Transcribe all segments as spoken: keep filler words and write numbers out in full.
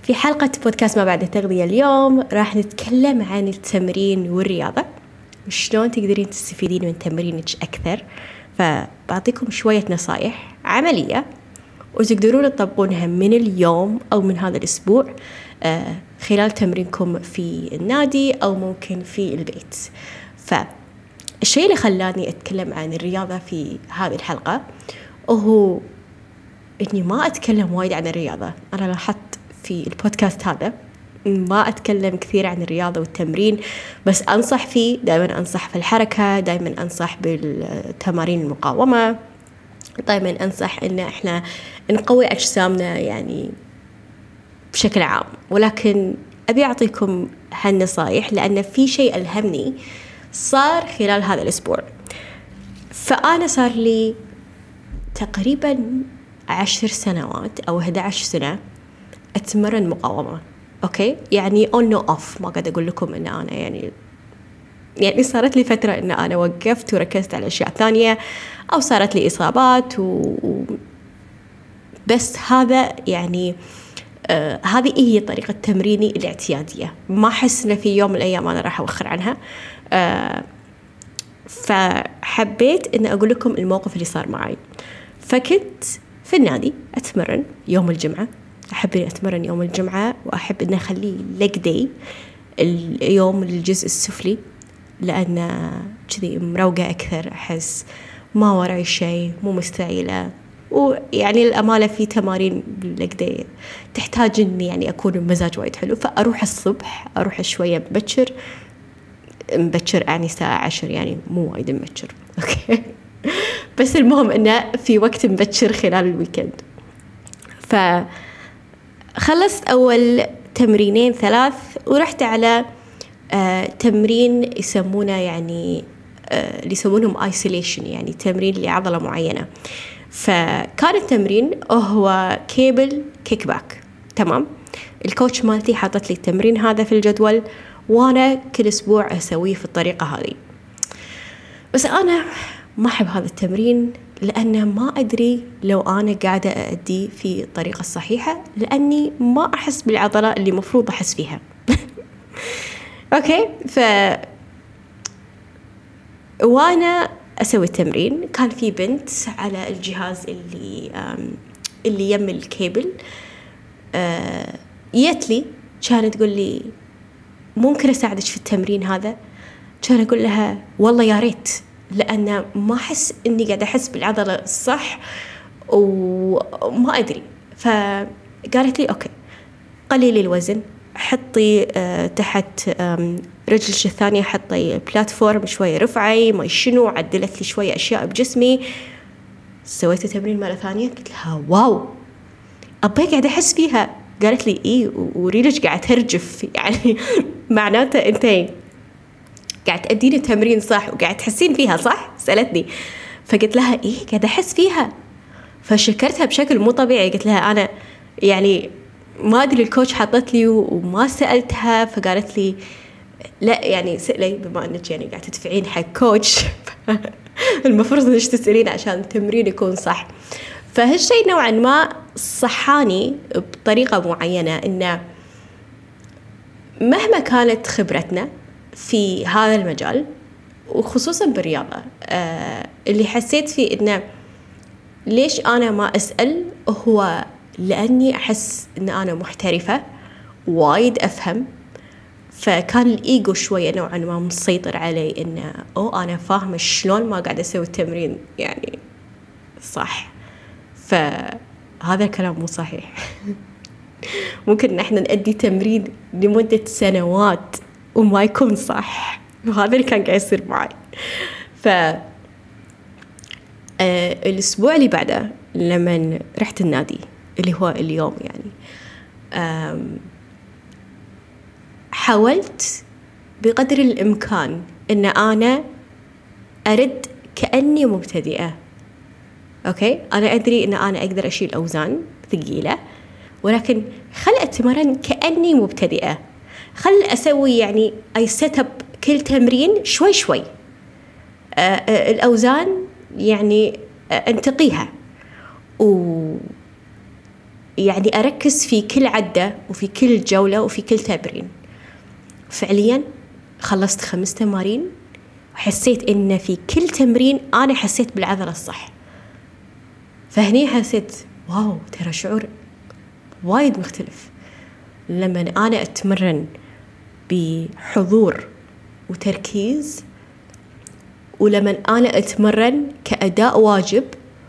في حلقة بودكاست ما بعد التغذية اليوم راح نتكلم عن التمرين والرياضة وشلون تقدرين تستفيدين من تمرينك أكثر. فبعطيكم شوية نصايح عملية وتقدرون تطبقونها من اليوم أو من هذا الأسبوع خلال تمرينكم في النادي أو ممكن في البيت. فالشيء اللي خلاني أتكلم عن الرياضة في هذه الحلقة وهو إني ما أتكلم وايد عن الرياضة. أنا لاحظت في البودكاست هذا ما أتكلم كثير عن الرياضة والتمرين، بس أنصح فيه دائما، أنصح في الحركة، دائما أنصح بالتمارين المقاومة، دائما أنصح إن إحنا نقوي أجسامنا يعني بشكل عام. ولكن أبي أعطيكم هالنصايح لأن في شيء ألهمني صار خلال هذا الأسبوع. فأنا صار لي تقريبا عشر سنوات أو أحد عشر سنة أتمرن مقاومة. أوكي، يعني on no off، ما قاعد أقول لكم إن أنا يعني يعني صارت لي فترة إن أنا وقفت وركزت على أشياء ثانية أو صارت لي إصابات و... بس هذا يعني آه هذه هي طريقة تمريني الاعتيادية. ما أحس إن في يوم من الأيام أنا راح أوخر عنها. آه فحبيت إن أقول لكم الموقف اللي صار معي. فكنت في النادي أتمرن يوم الجمعة، أحب إني أتمرن يوم الجمعة وأحب إن أخليه ليج داي، اليوم الجزء السفلي، لأن كذي مروقة أكثر، أحس ما وراي شيء، مو مستعجلة. ويعني الأمانة في تمارين بالليج داي تحتاج إني يعني أكون بمزاج وايد حلو، فأروح الصبح، أروح شوية مبكر مبكر يعني الساعة عشر، يعني مو وايد مبكر أوكي بس المهم إنه في وقت مبكر خلال الويكند. فخلصت أول تمرينين ثلاث ورحت على آه تمرين يسمونه يعني آه اللي يسمونهم isolation، يعني تمرين لعضلة معينة. فكان التمرين هو كيبل كيك باك. تمام، الكوتش مالتي حاطت لي التمرين هذا في الجدول وأنا كل أسبوع أسويه في الطريقة هذه. بس أنا ما أحب هذا التمرين لأنه ما أدري لو أنا قاعدة أأدي في الطريقة الصحيحة، لأني ما أحس بالعضلة اللي مفروض أحس فيها أوكي. ف وأنا أسوي التمرين كان في بنت على الجهاز اللي اللي يم الكيبل جت لي، كانت تقول لي ممكن أساعدك في التمرين هذا؟ كان أقول لها والله يا ريت، لأن ما أحس إني قاعدة أحس بالعضلة الصح وما أدري. فقالت لي أوكي، قليلي الوزن، حطي أه تحت رجلك الثانية حطي بلاتفورم شوية رفعي ما شنو، عدلت لي شوية أشياء بجسمي، سويت التمرين مرة ثانية. قلت لها واو، أبي قاعدة أحس فيها. قالت لي إيه، وريلك قاعد ترجف، يعني معناته أنتين قاعد تأدين التمرين صح وقاعد تحسين فيها صح؟ سألتني. فقلت لها إيه قاعد أحس فيها. فشكرتها بشكل مو طبيعي، قلت لها أنا يعني ما أدري الكوتش حطت لي وما سألتها. فقالت لي لا يعني سألي، بما أنك يعني قاعد تدفعين حق كوتش المفروض أنك تسألين عشان التمرين يكون صح. فهالشيء نوعا ما صحاني بطريقة معينة، إن مهما كانت خبرتنا في هذا المجال وخصوصا بالرياضة آه اللي حسيت فيه إنه ليش أنا ما أسأل، هو لأني أحس إن أنا محترفة وايد أفهم. فكان الإيجو شوية نوعا ما مسيطر علي، إنه أو أنا فاهمة شلون ما قاعدة أسوي التمرين يعني صح. فهذا الكلام مو صحيح ممكن نحن نأدي تمرين لمدة سنوات وما يكون صح، وهذا اللي كان قاعد يصير معي. ف آه الأسبوع اللي بعده لما رحت النادي اللي هو اليوم يعني حاولت بقدر الإمكان إن أنا أرد كأني مبتدئة. أوكي، أنا أدري إن أنا أقدر أشيل أوزان ثقيلة، ولكن خل أتمرن كأني مبتدئة، خل أسوي يعني أي سيت أب كل تمرين شوي شوي. آه آه الأوزان يعني آه انتقيها، و يعني أركز في كل عدة وفي كل جولة وفي كل تمرين. فعليا خلصت خمس تمارين وحسيت إن في كل تمرين أنا حسيت بالعضلة الصح. فهني حسيت واو، ترى شعور وايد مختلف لما أنا أتمرن بحضور وتركيز، ولما أنا أتمرن كأداء واجب،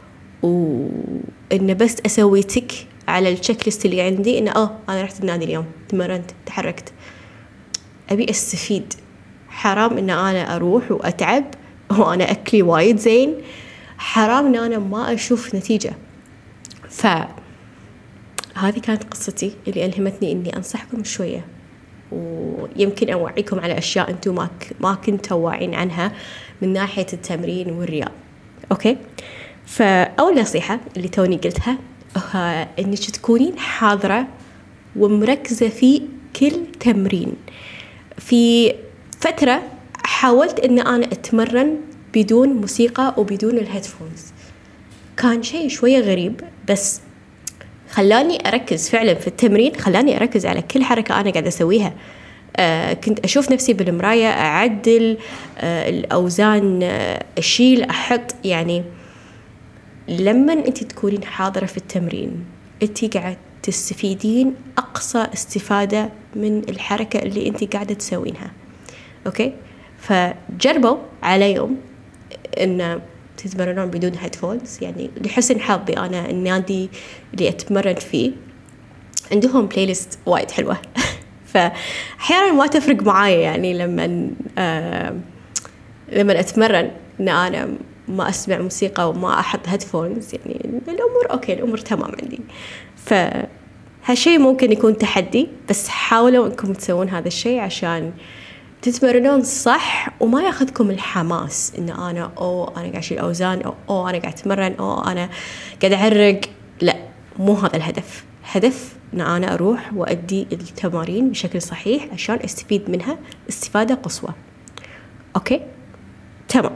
وإن بس أسوي تك على التشيك ليست اللي عندي، إن آه أنا رحت النادي اليوم، تمرنت، تحركت. أبي أستفيد. حرام إن أنا أروح وأتعب وأنا أكلي وايد زين، حرام إن أنا ما أشوف نتيجة. فهذه كانت قصتي اللي ألهمتني إني أنصحكم شوية، ويمكن أوعيكم على أشياء أنتم ما ما كنتوا واعين عنها من ناحية التمرين والرياضة. أوكي، فأول نصيحة اللي توني قلتها هو إنك تكونين حاضرة ومركزة في كل تمرين. في فترة حاولت إن أنا أتمرن بدون موسيقى وبدون الهيدفونز، كان شيء شوية غريب، بس خلاني أركز فعلا في التمرين، خلاني أركز على كل حركة أنا قاعدة أسويها. آه كنت أشوف نفسي بالمراية، أعدل آه الأوزان، آه أشيل، أحط. يعني لما أنت تكونين حاضرة في التمرين أنت قاعدة تستفيدين أقصى استفادة من الحركة اللي أنت قاعدة تسوينها. أوكي، فجربوا على يوم إن تتمرنون بدون هيدفونز. يعني لحسن حظي أنا النادي اللي أتمرن فيه عندهم بلاي ليست وايد حلوة فأحيانا ما تفرق معايا، يعني لما آه لما أتمرن إن أنا ما أسمع موسيقى وما أحط هيدفونز، يعني الأمور أوكي، الأمور تمام عندي. فهالشيء ممكن يكون تحدي، بس حاولوا أنكم تسوون هذا الشيء عشان تتمرنون صح وما ياخذكم الحماس إن أنا أو أنا قاعد أشيل أوزان، أو, أو أنا قاعد أتمرن، أو أنا قاعد أعرق. لا، مو هذا الهدف. هدف إن أنا أروح وأدي التمارين بشكل صحيح عشان أستفيد منها استفادة قصوى. أوكي، تمام.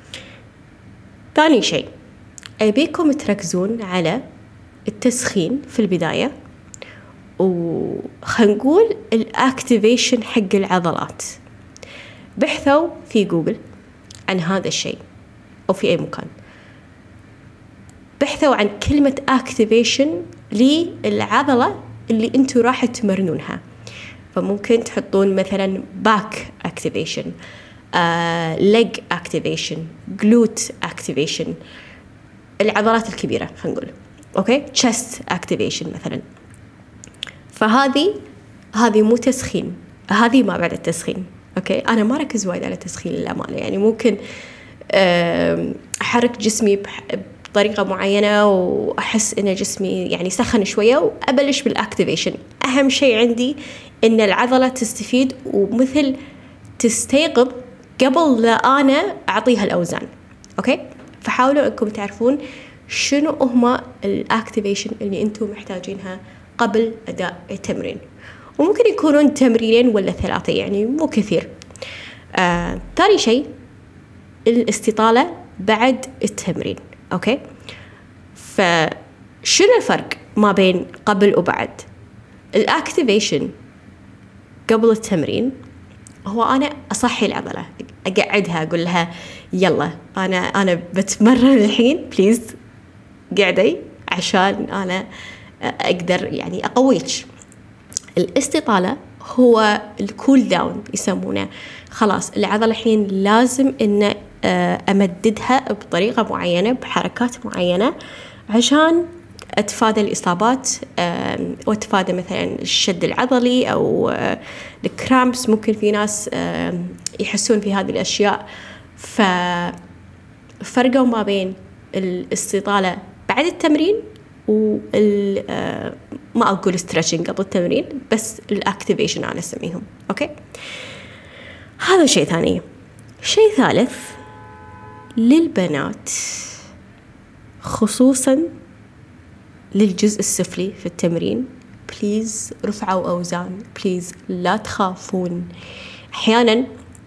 ثاني شيء أبيكم تركزون على التسخين في البداية، وخلينا نقول الأكتيفيشن حق العضلات. بحثوا في جوجل عن هذا الشيء أو في أي مكان، بحثوا عن كلمة activation للعضلة اللي أنتوا راح تمرنونها. فممكن تحطون مثلا back activation, uh, leg activation, glute activation، العضلات الكبيرة خلينا نقول. أوكي، chest activation مثلا. فهذه هذه مو تسخين، هذه ما بعد التسخين. أوكي، أنا ما ركز وايد على التسخين للأمانة، يعني ممكن أحرك جسمي بطريقة معينة وأحس إن جسمي يعني سخن شوية وأبلش بالأكتيفيشن. أهم شيء عندي إن العضلة تستفيد ومثل تستيقظ قبل لا أنا أعطيها الأوزان. أوكي، فحاولوا أنكم تعرفون شنو هما الأكتيفيشن اللي أنتم محتاجينها قبل أداء التمرين، وممكن يكونون تمرينين ولا ثلاثة، يعني مو كثير. آه، ثاني شيء الاستطالة بعد التمرين. أوكي، فشنو الفرق ما بين قبل وبعد؟ الأكتيفيشن قبل التمرين هو أنا أصحي العضلة، أقعدها، أقول لها يلا أنا أنا بتمرن الحين، بليز قعدي عشان أنا أقدر يعني أقويك. الاستطالة هو الكول داون يسمونه، خلاص العضلة الحين لازم إن أمددها بطريقة معينة بحركات معينة عشان أتفادى الإصابات، وأتفادى مثلا الشد العضلي أو الكرامبس. ممكن في ناس يحسون في هذه الأشياء. ففرقوا ما بين الاستطالة بعد التمرين وال ما أقول ستريتشنج قبل التمرين، بس الأكتيفيشن أنا أسميهم. أوكي، هذا شيء ثاني. شيء ثالث للبنات، خصوصا للجزء السفلي في التمرين، بليز رفعوا أوزان، بليز لا تخافون. أحيانا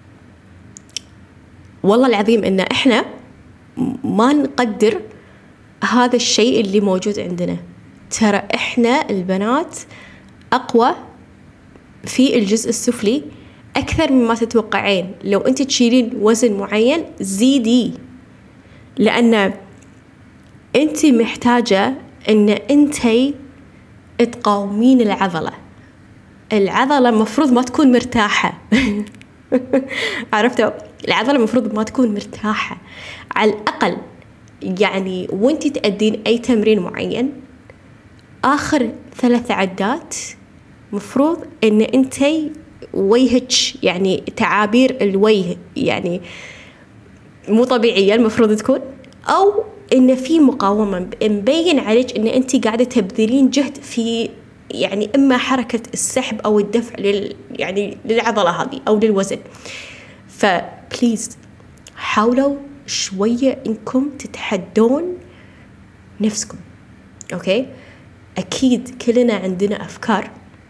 والله العظيم إن إحنا ما نقدر هذا الشيء اللي موجود عندنا. ترى إحنا البنات أقوى في الجزء السفلي أكثر مما تتوقعين. لو أنت تشيلين وزن معين زيدي، لأن أنت محتاجة أن أنت تقاومين العضلة. العضلة مفروض ما تكون مرتاحة. عرفتوا؟ العضلة مفروض ما تكون مرتاحة على الأقل. يعني وانتي تأدين أي تمرين معين آخر ثلاث عدات مفروض أن أنتي وجهك يعني تعابير الوجه يعني مو طبيعية المفروض تكون، أو إن في مقاومة مبين عليك إن أنتي قاعدة تبذلين جهد في يعني إما حركة السحب أو الدفع لل يعني للعضلة هذه أو للوزن. فبليز حاولوا شوية إنكم تتحدون نفسكم. أوكي، أكيد كلنا عندنا أفكار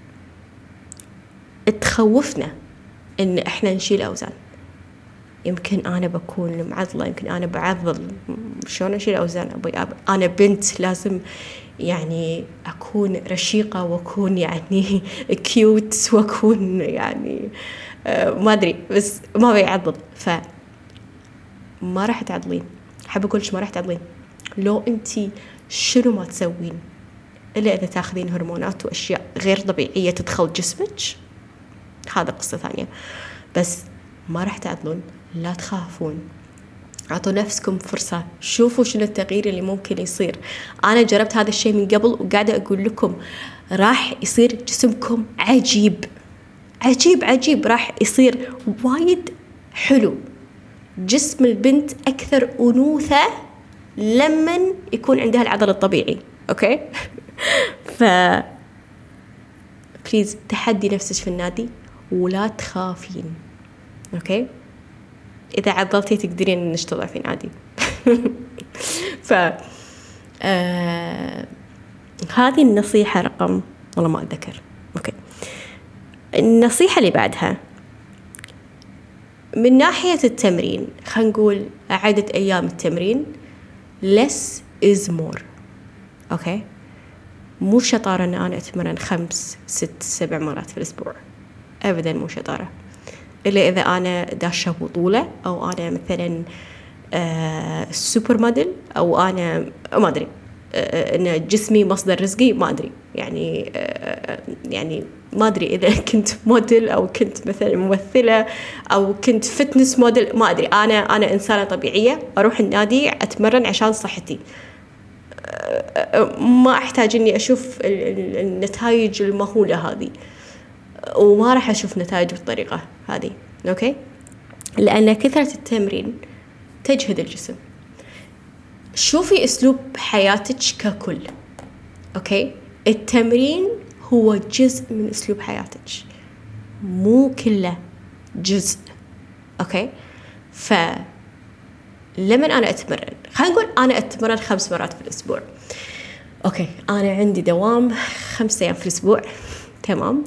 تخوفنا إن إحنا نشيل أوزان. يمكن أنا بكون معضلة، يمكن أنا بعضل، شلون أشيل أوزان؟ أبي أنا بنت لازم يعني أكون رشيقة وأكون يعني كيوت وأكون يعني آه ما أدري، بس ما بيعضل. فما راح تعضلين، حاب أقولش ما راح تعضلين لو أنتي شنو ما تسوين، إلا إذا تاخذين هرمونات وأشياء غير طبيعية تدخل جسمك، هذا قصة ثانية. بس ما راح تعضلون، لا تخافون، أعطوا نفسكم فرصة، شوفوا شنو التغيير اللي ممكن يصير. أنا جربت هذا الشيء من قبل وقاعدة أقول لكم راح يصير جسمكم عجيب عجيب عجيب، راح يصير وايد حلو. جسم البنت أكثر أنوثة لمن يكون عندها العضل الطبيعي. أوكي. ف بليز تحدي نفسك في النادي ولا تخافين. أوكي، إذا عضلتي تقدرين إنك تضعفين عادي. ف آه... هذه النصيحة رقم والله ما أتذكر. أوكي، النصيحة اللي بعدها من ناحية التمرين، خلينا نقول عدد أيام التمرين less is more. أوكي، مو شطارة أن أنا أتمرن خمس ست سبع مرات في الأسبوع، أبدا مو شطارة، إلا إذا أنا داشة بطولة أو أنا مثلا آه سوبر موديل، أو أنا ما أدري آه إن جسمي مصدر رزقي، ما أدري يعني آه يعني ما أدري إذا كنت موديل أو كنت مثلا ممثلة أو كنت فتنس موديل، ما أدري. أنا أنا إنسانة طبيعية أروح النادي أتمرن عشان صحتي، ما أحتاج إني أشوف النتائج المهولة هذه، وما راح أشوف نتائج بالطريقة هذه. أوكي، لأن كثرة التمرين تجهد الجسم. شوفي أسلوب حياتك ككل. أوكي، التمرين هو جزء من أسلوب حياتك، مو كله جزء. أوكي، فلما أنا أتمرن، خلينا نقول أنا أتمرن خمس مرات في الأسبوع. أوكي، أنا عندي دوام خمس أيام في الأسبوع، تمام.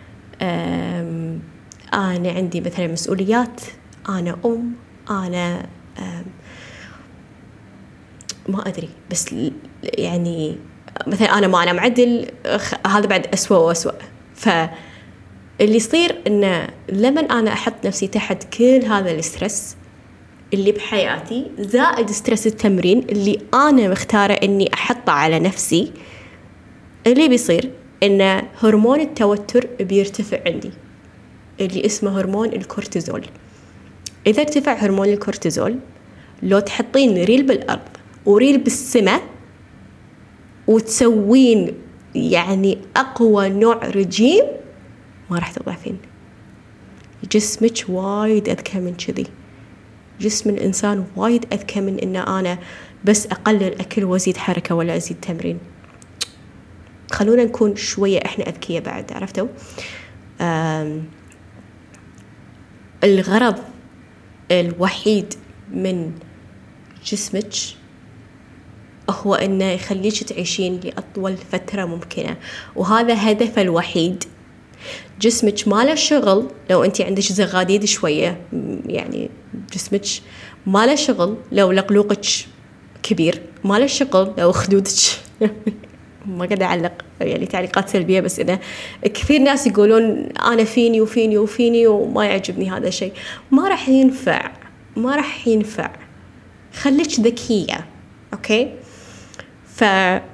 أنا عندي مثلا مسؤوليات، أنا أم، أنا ما أدري، بس يعني مثلا أنا ما أنا معدل، هذا بعد أسوأ وأسوأ. فاللي يصير إنه لما أنا أحط نفسي تحت كل هذا السترس اللي بحياتي، زائد سترس التمرين اللي أنا مختارة إني أحطه على نفسي، اللي بيصير إن هرمون التوتر بيرتفع عندي، اللي اسمه هرمون الكورتيزول. إذا ارتفع هرمون الكورتيزول، لو تحطين ريل بالأرض وريل بالسماء وتسوين يعني أقوى نوع رجيم، ما راح تضعفين. جسمك وايد أذكى من كذي، جسم الإنسان وايد أذكى من إن أنا بس أقلل أكل وأزيد حركة ولا أزيد تمرين. خلونا نكون شوية إحنا أذكية بعد، عرفتوا؟ الغرض الوحيد من جسمك هو إنه يخليك تعيشين لأطول فترة ممكنة، وهذا هدفه الوحيد. جسمك ما له شغل لو أنت عندك زغاديد شوية، يعني جسمك ما له شغل لو لقلوقك كبير، ما له شغل لو خدودك ما قاعد أعلق يعني تعليقات سلبية، بس إنه كثير ناس يقولون أنا فيني وفيني وفيني وما يعجبني هذا الشيء. ما راح ينفع، ما راح ينفع. خليك ذكية، أوكي؟ فإذا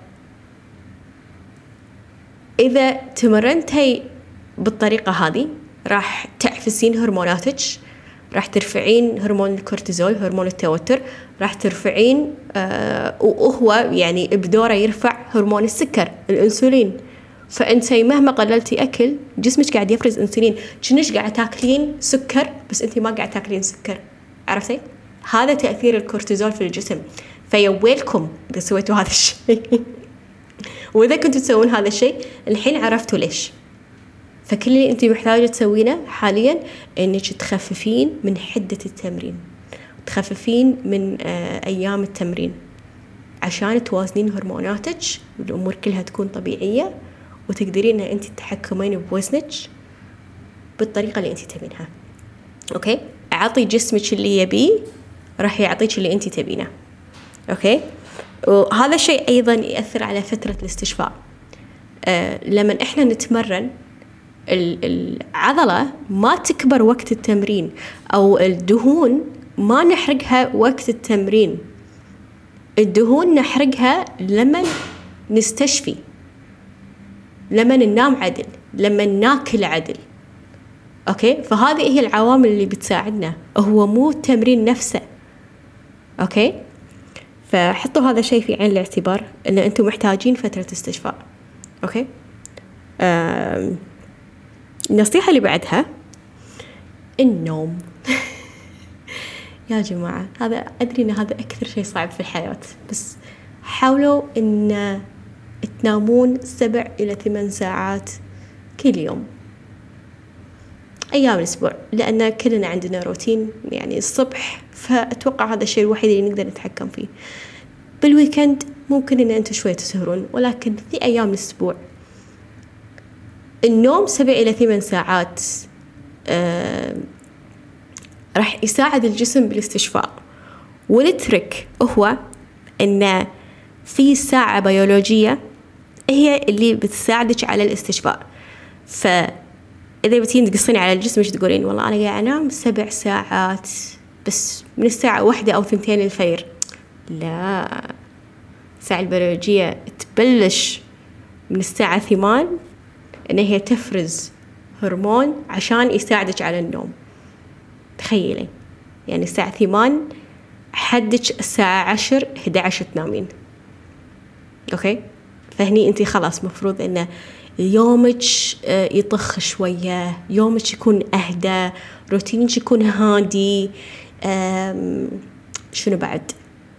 تمرنتي بالطريقة هذه راح تعفسين هرموناتك، راح ترفعين هرمون الكورتيزول، هرمون التوتر، راح ترفعين آه وهو يعني بدوره يرفع هرمون السكر، الأنسولين. فأنتي مهما قللتي أكل جسمك قاعد يفرز أنسولين، كأنك قاعد تاكلين سكر بس أنتي ما قاعد تاكلين سكر. عرفتي؟ هذا تأثير الكورتيزول في الجسم. فيويلكم إذا سويتوا هذا الشيء. وإذا كنتوا تسوون هذا الشيء الحين عرفتوا ليش. فكل اللي أنت محتاجة تسوينه حاليا إنك تخففين من حدة التمرين، تخففين من آه أيام التمرين عشان توازنين هرموناتك والأمور كلها تكون طبيعية، وتقدرين إن أنت تتحكمين بوزنك بالطريقة اللي أنت تبينها. أوكي؟ أعطي جسمك اللي يبيه راح يعطيك اللي أنت تبينه. أوكي؟ وهذا الشيء أيضا يأثر على فترة الاستشفاء. آه لما إحنا نتمرن العضلة ما تكبر وقت التمرين، أو الدهون ما نحرقها وقت التمرين. الدهون نحرقها لما نستشفي، لما ننام عدل، لما ناكل عدل. أوكي؟ فهذه هي العوامل اللي بتساعدنا، هو مو التمرين نفسه. أوكي؟ فحطوا هذا الشيء في عين الاعتبار، إن أنتم محتاجين فترة استشفاء. أوكي؟ آم النصيحة اللي بعدها النوم. يا جماعة هذا أدري إن هذا أكثر شيء صعب في الحياة، بس حاولوا إن تنامون سبع إلى ثمان ساعات كل يوم أيام الأسبوع، لأن كلنا عندنا روتين يعني الصبح، فأتوقع هذا الشيء الوحيد اللي نقدر نتحكم فيه. بالويكند ممكن إن أنتوا شوية تسهرون، ولكن في أيام الأسبوع النوم سبع إلى ثمان ساعات آه راح يساعد الجسم بالاستشفاء. والترك هو إن في ساعة بيولوجية هي اللي بتساعدك على الاستشفاء. فإذا بتين تقصين على الجسم مش تقولين والله أنا قاعد أنام سبع ساعات بس من الساعة واحدة أو ثنتين الفجر، لا، الساعة البيولوجية تبلش من الساعة ثمان إن هي تفرز هرمون عشان يساعدك على النوم. تخيلي يعني الساعة ثمان حدك الساعة عشر إحدى عشر تنامين. أوكي؟ فهني أنتي خلاص مفروض إن يومك يطخ شوية، يومك يكون أهدى، روتينك يكون هادي. شنو بعد؟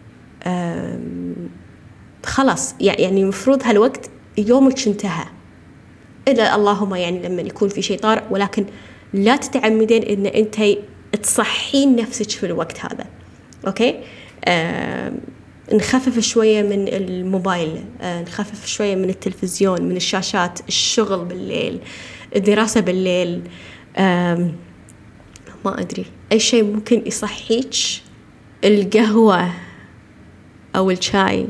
خلاص يعني مفروض هالوقت يومك انتهى، إلا اللهم يعني لما يكون في شيء طارئ، ولكن لا تتعمدين إن أنت تصحين نفسك في الوقت هذا. أوكي؟ آه، نخفف شوية من الموبايل، آه، نخفف شوية من التلفزيون، من الشاشات، الشغل بالليل، الدراسة بالليل، آه، ما أدري أي شيء ممكن يصحيك. القهوة أو الشاي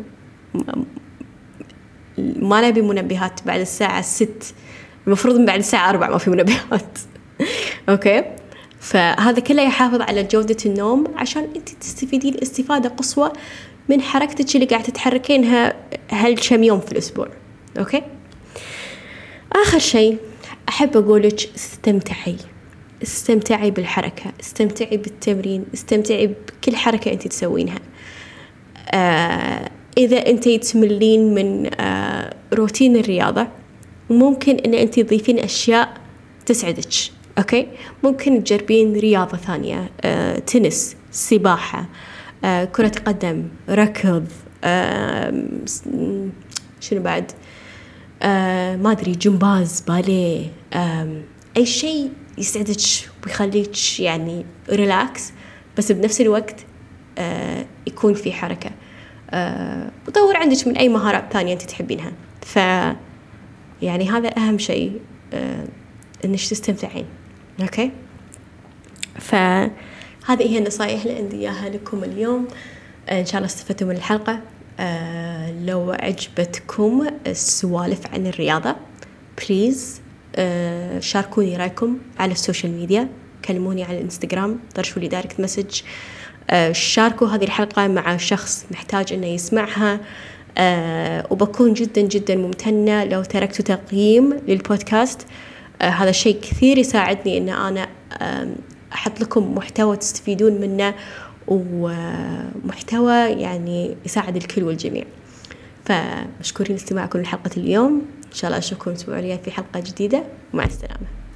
ما نبي منبهات بعد الساعة ست، المفروض من بعد الساعة أربع ما في منبهات. أوكي؟ فهذا كله يحافظ على جودة النوم عشان أنت تستفيدين استفادة قصوى من حركتك اللي قاعدة تتحركينها هالكم يوم في الأسبوع. أوكي؟ آخر شيء أحب أقولك استمتعي، استمتعي بالحركة، استمتعي بالتمرين، استمتعي بكل حركة أنت تسوينها. آه إذا أنت تملين من آه روتين الرياضة، ممكن أن أنت تضيفين أشياء تسعدك. أوكي؟ ممكن تجربين رياضة ثانية، آه، تنس، سباحة، آه، كرة قدم، ركض، آه، شنو بعد؟ آه، ما أدري، جمباز، باليه، آه، أي شيء يسعدك ويخليك يعني ريلاكس، بس بنفس الوقت آه، يكون في حركة. آه، وطور عندك من أي مهارات ثانية أنت تحبينها. ف يعني هذا أهم شيء، آه، إنك تستمتعين. أوكي؟ فهذه هي النصائح اللي عندي إياها لكم اليوم. إن شاء الله استفدتوا من الحلقة. آه لو عجبتكم السوالف عن الرياضة بليز آه شاركوني رأيكم على السوشيال ميديا، كلموني على الانستغرام، طرشوا لي دايركت مسج، آه شاركوا هذه الحلقة مع شخص محتاج إنه يسمعها. آه وبكون جدا جدا ممتنة لو تركتوا تقييم للبودكاست. آه هذا شيء كثير يساعدني إن أنا آه أحط لكم محتوى تستفيدون منه، ومحتوى يعني يساعد الكل والجميع. فمشكورين لاستماعكم لحلقة اليوم، إن شاء الله أشوفكم الأسبوع الجاي في حلقة جديدة، ومع السلامة.